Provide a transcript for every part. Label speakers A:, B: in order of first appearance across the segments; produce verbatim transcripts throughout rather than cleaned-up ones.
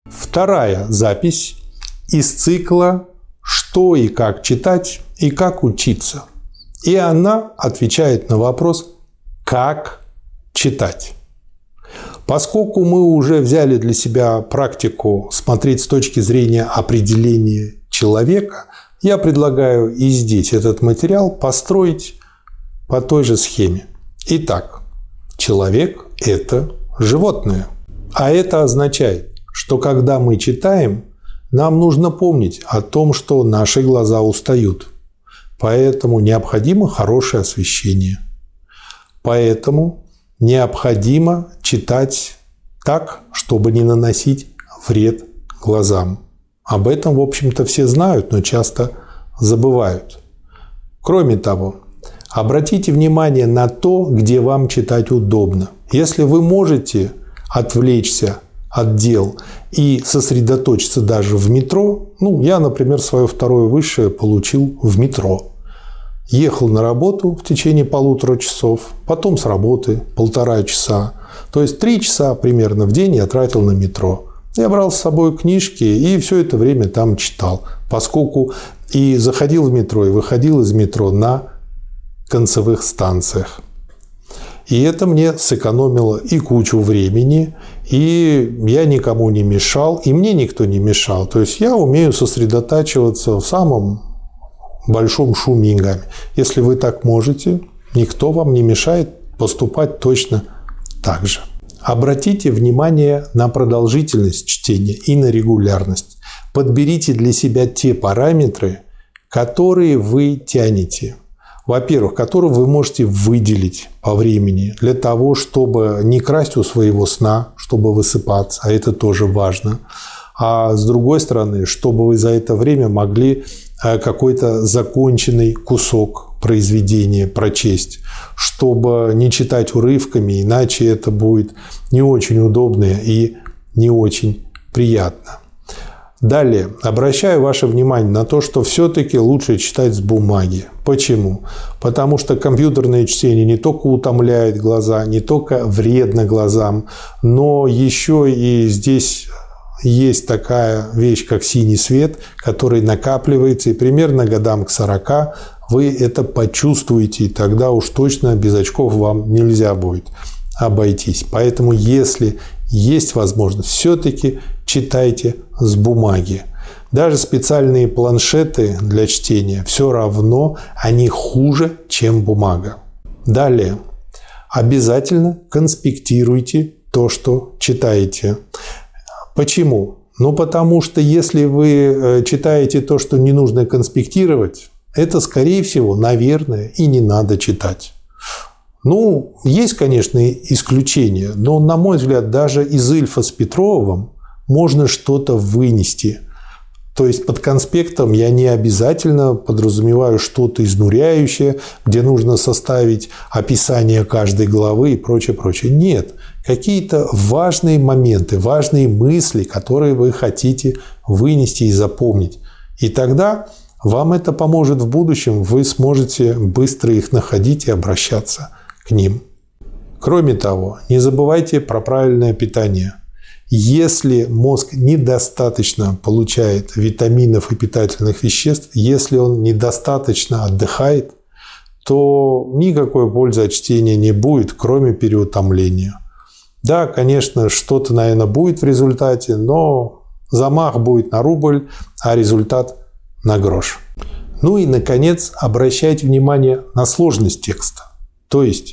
A: Вторая запись из цикла «Что и как читать и как учиться». И она отвечает на вопрос «Как читать?». Поскольку мы уже взяли для себя практику смотреть с точки зрения определения человека, я предлагаю и здесь этот материал построить по той же схеме. Итак, человек – это животное. А это означает, что когда мы читаем, нам нужно помнить о том, что наши глаза устают. Поэтому необходимо хорошее освещение. Поэтому необходимо читать так, чтобы не наносить вред глазам. Об этом, в общем-то, все знают, но часто забывают. Кроме того, обратите внимание на то, где вам читать удобно. Если вы можете отвлечься от дел и сосредоточиться даже в метро, ну, я, например, свое второе высшее получил в метро. Ехал на работу в течение полутора часов, потом с работы полтора часа. То есть три часа примерно в день я тратил на метро. Я брал с собой книжки и все это время там читал, поскольку и заходил в метро, и выходил из метро на концевых станциях. И это мне сэкономило и кучу времени, и я никому не мешал, и мне никто не мешал. То есть я умею сосредотачиваться в самом большом шуме и гамме. Если вы так можете, никто вам не мешает поступать точно так же. Обратите внимание на продолжительность чтения и на регулярность. Подберите для себя те параметры, которые вы тянете. Во-первых, которые вы можете выделить по времени для того, чтобы не красть у своего сна, чтобы высыпаться, а это тоже важно. А с другой стороны, чтобы вы за это время могли какой-то законченный кусок произведения прочесть, чтобы не читать урывками, иначе это будет не очень удобно и не очень приятно. Далее, обращаю ваше внимание на то, что все-таки лучше читать с бумаги. Почему? Потому что компьютерное чтение не только утомляет глаза, не только вредно глазам, но еще и здесь есть такая вещь, как синий свет, который накапливается, и примерно годам к сорока вы это почувствуете, и тогда уж точно без очков вам нельзя будет обойтись. Поэтому, если есть возможность, все-таки читайте с бумаги. Даже специальные планшеты для чтения, все равно они хуже, чем бумага. Далее, обязательно конспектируйте то, что читаете. Почему? Ну, потому что если вы читаете то, что не нужно конспектировать, это, скорее всего, наверное, и не надо читать. Ну, есть, конечно, исключения, но, на мой взгляд, даже из Ильфа с Петровым можно что-то вынести. То есть под конспектом я не обязательно подразумеваю что-то изнуряющее, где нужно составить описание каждой главы и прочее, прочее. Нет. Какие-то важные моменты, важные мысли, которые вы хотите вынести и запомнить. И тогда вам это поможет в будущем, вы сможете быстро их находить и обращаться к ним. Кроме того, не забывайте про правильное питание. Если мозг недостаточно получает витаминов и питательных веществ, если он недостаточно отдыхает, то никакой пользы от чтения не будет, кроме переутомления. Да, конечно, что-то, наверное, будет в результате, но замах будет на рубль, а результат на грош. Ну и, наконец, обращайте внимание на сложность текста. То есть,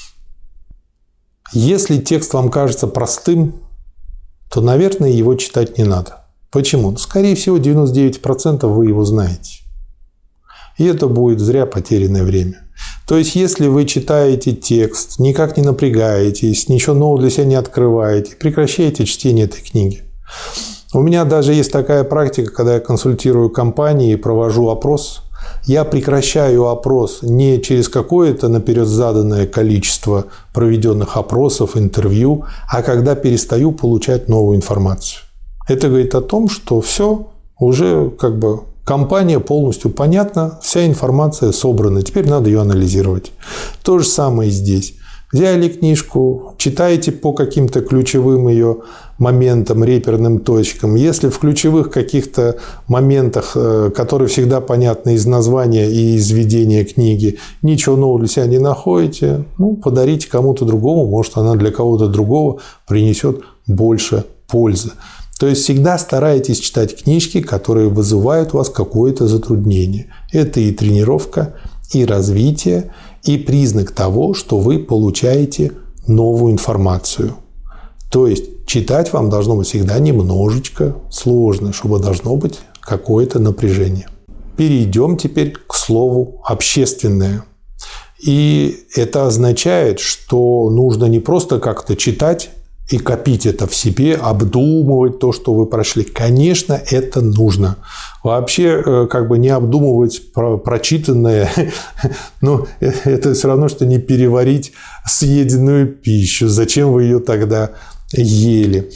A: если текст вам кажется простым, то, наверное, его читать не надо. Почему? Скорее всего, девяносто девять процентов вы его знаете. И это будет зря потерянное время. То есть, если вы читаете текст, никак не напрягаетесь, ничего нового для себя не открываете, прекращайте чтение этой книги. У меня даже есть такая практика, когда я консультирую компании и провожу опрос. Я прекращаю опрос не через какое-то наперед заданное количество проведенных опросов, интервью, а когда перестаю получать новую информацию. Это говорит о том, что все уже как бы компания полностью понятна, вся информация собрана, теперь надо ее анализировать. То же самое и здесь. Взяли книжку, читаете по каким-то ключевым ее моментам, реперным точкам. Если в ключевых каких-то моментах, которые всегда понятны из названия и из введения книги, ничего нового для себя не находите, ну, подарите кому-то другому, может, она для кого-то другого принесет больше пользы. То есть всегда старайтесь читать книжки, которые вызывают у вас какое-то затруднение. Это и тренировка, и развитие, и признак того, что вы получаете новую информацию. То есть читать вам должно быть всегда немножечко сложно, чтобы должно быть какое-то напряжение. Перейдем теперь к слову «общественное». И это означает, что нужно не просто как-то читать и копить это в себе, обдумывать то, что вы прошли. Конечно, это нужно. Вообще, как бы не обдумывать прочитанное, ну, это все равно, что не переварить съеденную пищу. Зачем вы ее тогда ели?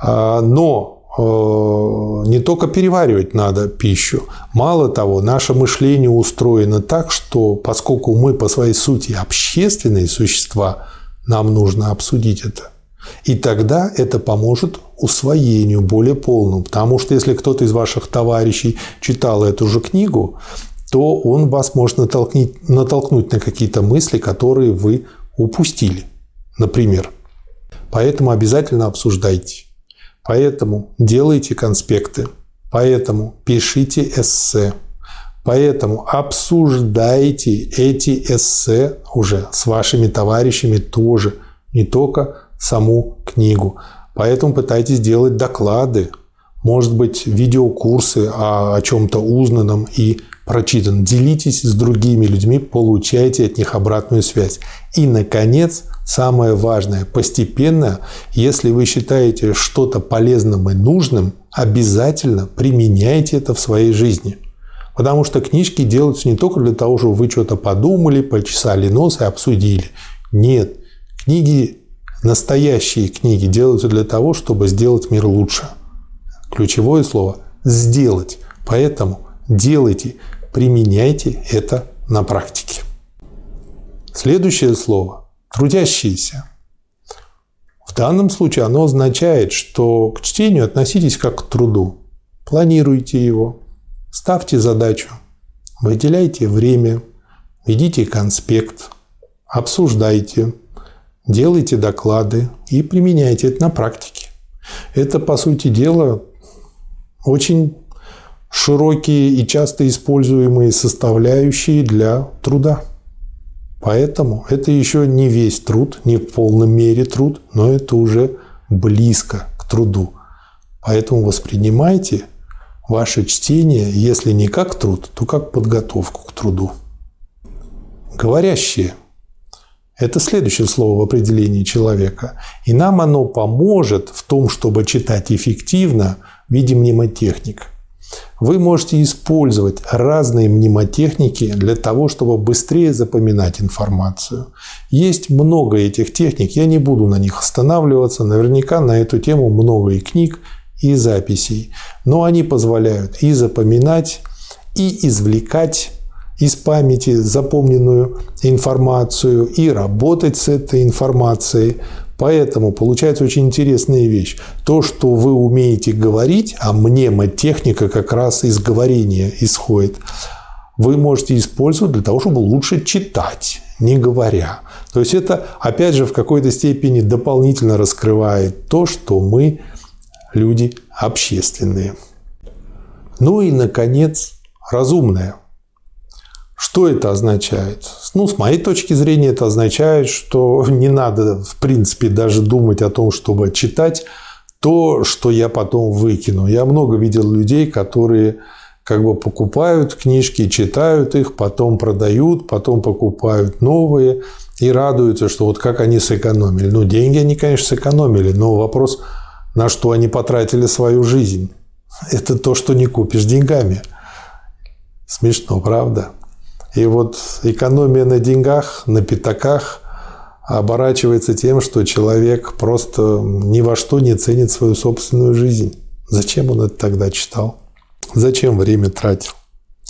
A: Но не только переваривать надо пищу. Мало того, наше мышление устроено так, что поскольку мы по своей сути общественные существа, нам нужно обсудить это. И тогда это поможет усвоению более полному. Потому что если кто-то из ваших товарищей читал эту же книгу, то он вас может натолкнуть, натолкнуть на какие-то мысли, которые вы упустили, например. Поэтому обязательно обсуждайте. Поэтому делайте конспекты. Поэтому пишите эссе. Поэтому обсуждайте эти эссе уже с вашими товарищами тоже. Не только саму книгу. Поэтому пытайтесь делать доклады, может быть, видеокурсы о, о чем-то узнанном и прочитанном. Делитесь с другими людьми, получайте от них обратную связь. И, наконец, самое важное, постепенно, если вы считаете что-то полезным и нужным, обязательно применяйте это в своей жизни. Потому что книжки делаются не только для того, чтобы вы что-то подумали, почесали нос и обсудили. Нет, книги Настоящие книги делаются для того, чтобы сделать мир лучше. Ключевое слово – сделать. Поэтому делайте, применяйте это на практике. Следующее слово – трудящиеся. В данном случае оно означает, что к чтению относитесь как к труду. Планируйте его, ставьте задачу, выделяйте время, ведите конспект, обсуждайте, делайте доклады и применяйте это на практике. Это, по сути дела, очень широкие и часто используемые составляющие для труда. Поэтому это еще не весь труд, не в полной мере труд, но это уже близко к труду. Поэтому воспринимайте ваше чтение, если не как труд, то как подготовку к труду. Говорящие. Это следующее слово в определении человека. И нам оно поможет в том, чтобы читать эффективно в виде мнемотехник. Вы можете использовать разные мнемотехники для того, чтобы быстрее запоминать информацию. Есть много этих техник, я не буду на них останавливаться. Наверняка на эту тему много и книг, и записей. Но они позволяют и запоминать, и извлекать из памяти запомненную информацию и работать с этой информацией. Поэтому получается очень интересная вещь. То, что вы умеете говорить, а мнемотехника как раз из говорения исходит, вы можете использовать для того, чтобы лучше читать, не говоря. То есть это, опять же, в какой-то степени дополнительно раскрывает то, что мы люди общественные. Ну и, наконец, разумное. Что это означает? Ну, с моей точки зрения, это означает, что не надо, в принципе, даже думать о том, чтобы читать то, что я потом выкину. Я много видел людей, которые как бы покупают книжки, читают их, потом продают, потом покупают новые и радуются, что вот как они сэкономили. Ну, деньги они, конечно, сэкономили, но вопрос, на что они потратили свою жизнь. Это то, что не купишь деньгами. Смешно, правда? И вот экономия на деньгах, на пятаках оборачивается тем, что человек просто ни во что не ценит свою собственную жизнь. Зачем он это тогда читал? Зачем время тратил?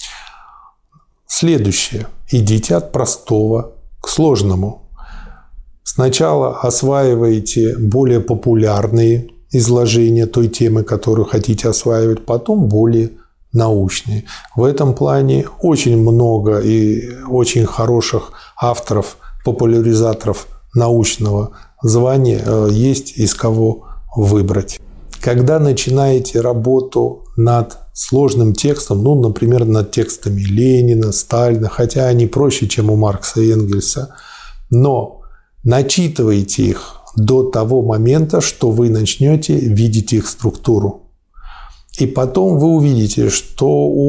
A: Следующее. Идите от простого к сложному. Сначала осваиваете более популярные изложения той темы, которую хотите осваивать, потом более научные. В этом плане очень много и очень хороших авторов, популяризаторов научного звания есть из кого выбрать. Когда начинаете работу над сложным текстом, ну, например, над текстами Ленина, Сталина, хотя они проще, чем у Маркса и Энгельса, но начитывайте их до того момента, что вы начнете видеть их структуру. И потом вы увидите, что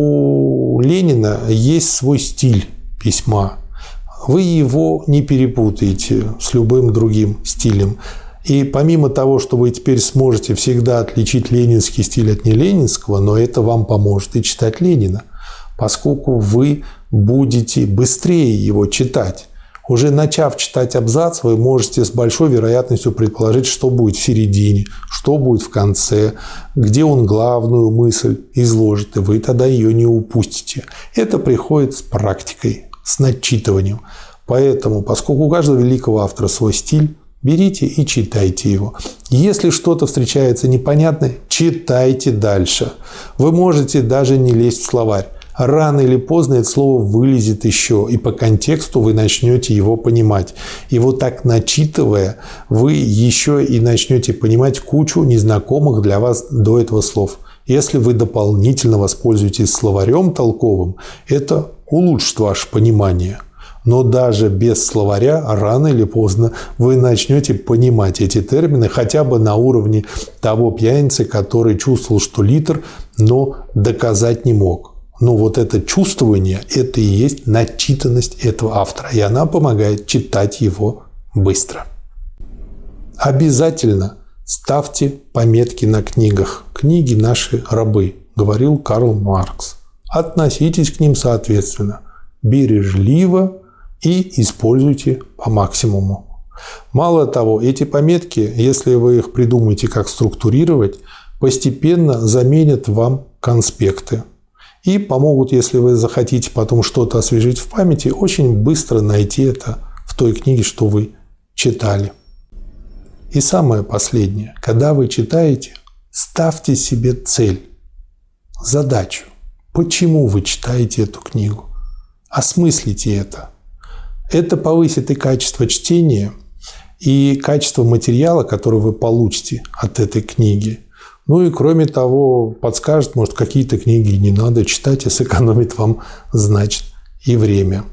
A: у Ленина есть свой стиль письма. Вы его не перепутаете с любым другим стилем. И помимо того, что вы теперь сможете всегда отличить ленинский стиль от неленинского, но это вам поможет и читать Ленина, поскольку вы будете быстрее его читать. Уже начав читать абзац, вы можете с большой вероятностью предположить, что будет в середине, что будет в конце, где он главную мысль изложит, и вы тогда ее не упустите. Это приходит с практикой, с начитыванием. Поэтому, поскольку у каждого великого автора свой стиль, берите и читайте его. Если что-то встречается непонятное, читайте дальше. Вы можете даже не лезть в словарь. Рано или поздно это слово вылезет еще, и по контексту вы начнете его понимать. И вот так начитывая, вы еще и начнете понимать кучу незнакомых для вас до этого слов. Если вы дополнительно воспользуетесь словарем толковым, это улучшит ваше понимание. Но даже без словаря рано или поздно вы начнете понимать эти термины хотя бы на уровне того пьяницы, который чувствовал, что литр, но доказать не мог. Но вот это чувствование, это и есть начитанность этого автора. И она помогает читать его быстро. Обязательно ставьте пометки на книгах. Книги наши рабы, говорил Карл Маркс. Относитесь к ним соответственно. Бережливо и используйте по максимуму. Мало того, эти пометки, если вы их придумаете, как структурировать, постепенно заменят вам конспекты. И помогут, если вы захотите потом что-то освежить в памяти, очень быстро найти это в той книге, что вы читали. И самое последнее. Когда вы читаете, ставьте себе цель, задачу. Почему вы читаете эту книгу? Осмыслите это. Это повысит и качество чтения, и качество материала, который вы получите от этой книги. Ну и кроме того, подскажет, может, какие-то книги не надо читать, и сэкономит вам, значит, и время.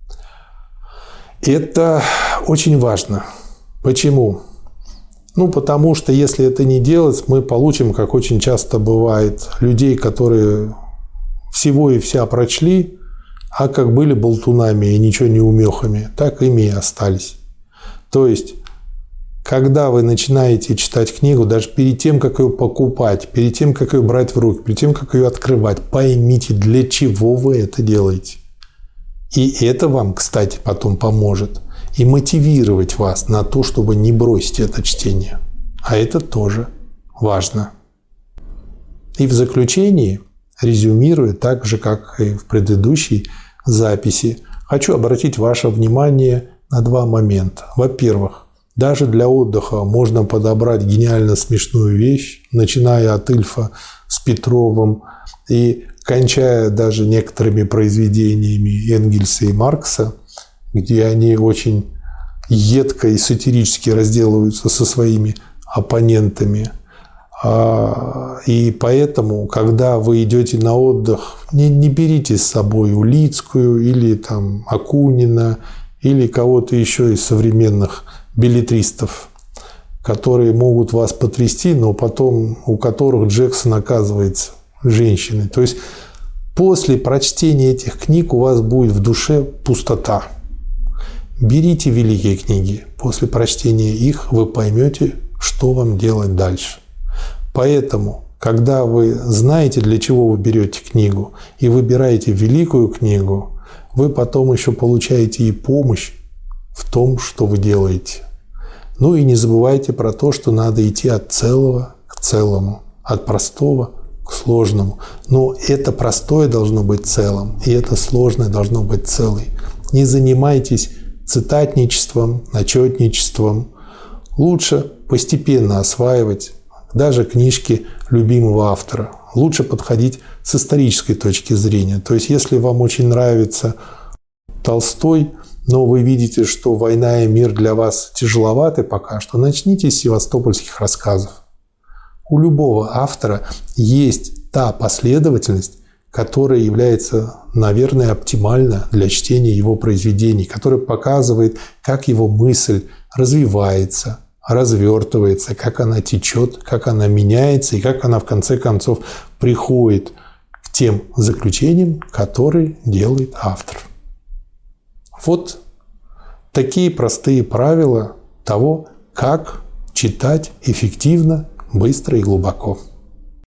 A: Это очень важно. Почему? Ну, потому что если это не делать, мы получим, как очень часто бывает, людей, которые всего и вся прочли, а как были болтунами и ничего не умехами, так ими и остались. То есть, когда вы начинаете читать книгу, даже перед тем, как ее покупать, перед тем, как ее брать в руки, перед тем, как ее открывать, поймите, для чего вы это делаете. И это вам, кстати, потом поможет и мотивировать вас на то, чтобы не бросить это чтение. А это тоже важно. И в заключении, резюмируя так же, как и в предыдущей записи, хочу обратить ваше внимание на два момента. Во-первых, даже для отдыха можно подобрать гениально смешную вещь, начиная от Ильфа с Петровым и кончая даже некоторыми произведениями Энгельса и Маркса, где они очень едко и сатирически разделываются со своими оппонентами. И поэтому, когда вы идете на отдых, не, не берите с собой Улицкую или там Акунина или кого-то еще из современных беллетристов, которые могут вас потрясти, но потом у которых Джексон оказывается женщиной. То есть после прочтения этих книг у вас будет в душе пустота. Берите великие книги. После прочтения их вы поймете, что вам делать дальше. Поэтому, когда вы знаете, для чего вы берете книгу, и выбираете великую книгу, вы потом еще получаете и помощь в том, что вы делаете. Ну и не забывайте про то, что надо идти от целого к целому, от простого к сложному. Но это простое должно быть целым, и это сложное должно быть целым. Не занимайтесь цитатничеством, начетничеством. Лучше постепенно осваивать даже книжки любимого автора. Лучше подходить с исторической точки зрения. То есть, если вам очень нравится Толстой, но вы видите, что «Война и мир» для вас тяжеловаты пока что, начните с севастопольских рассказов. У любого автора есть та последовательность, которая является, наверное, оптимальна для чтения его произведений, которая показывает, как его мысль развивается, развертывается, как она течет, как она меняется и как она в конце концов приходит к тем заключениям, которые делает автор. Вот такие простые правила того, как читать эффективно, быстро и глубоко.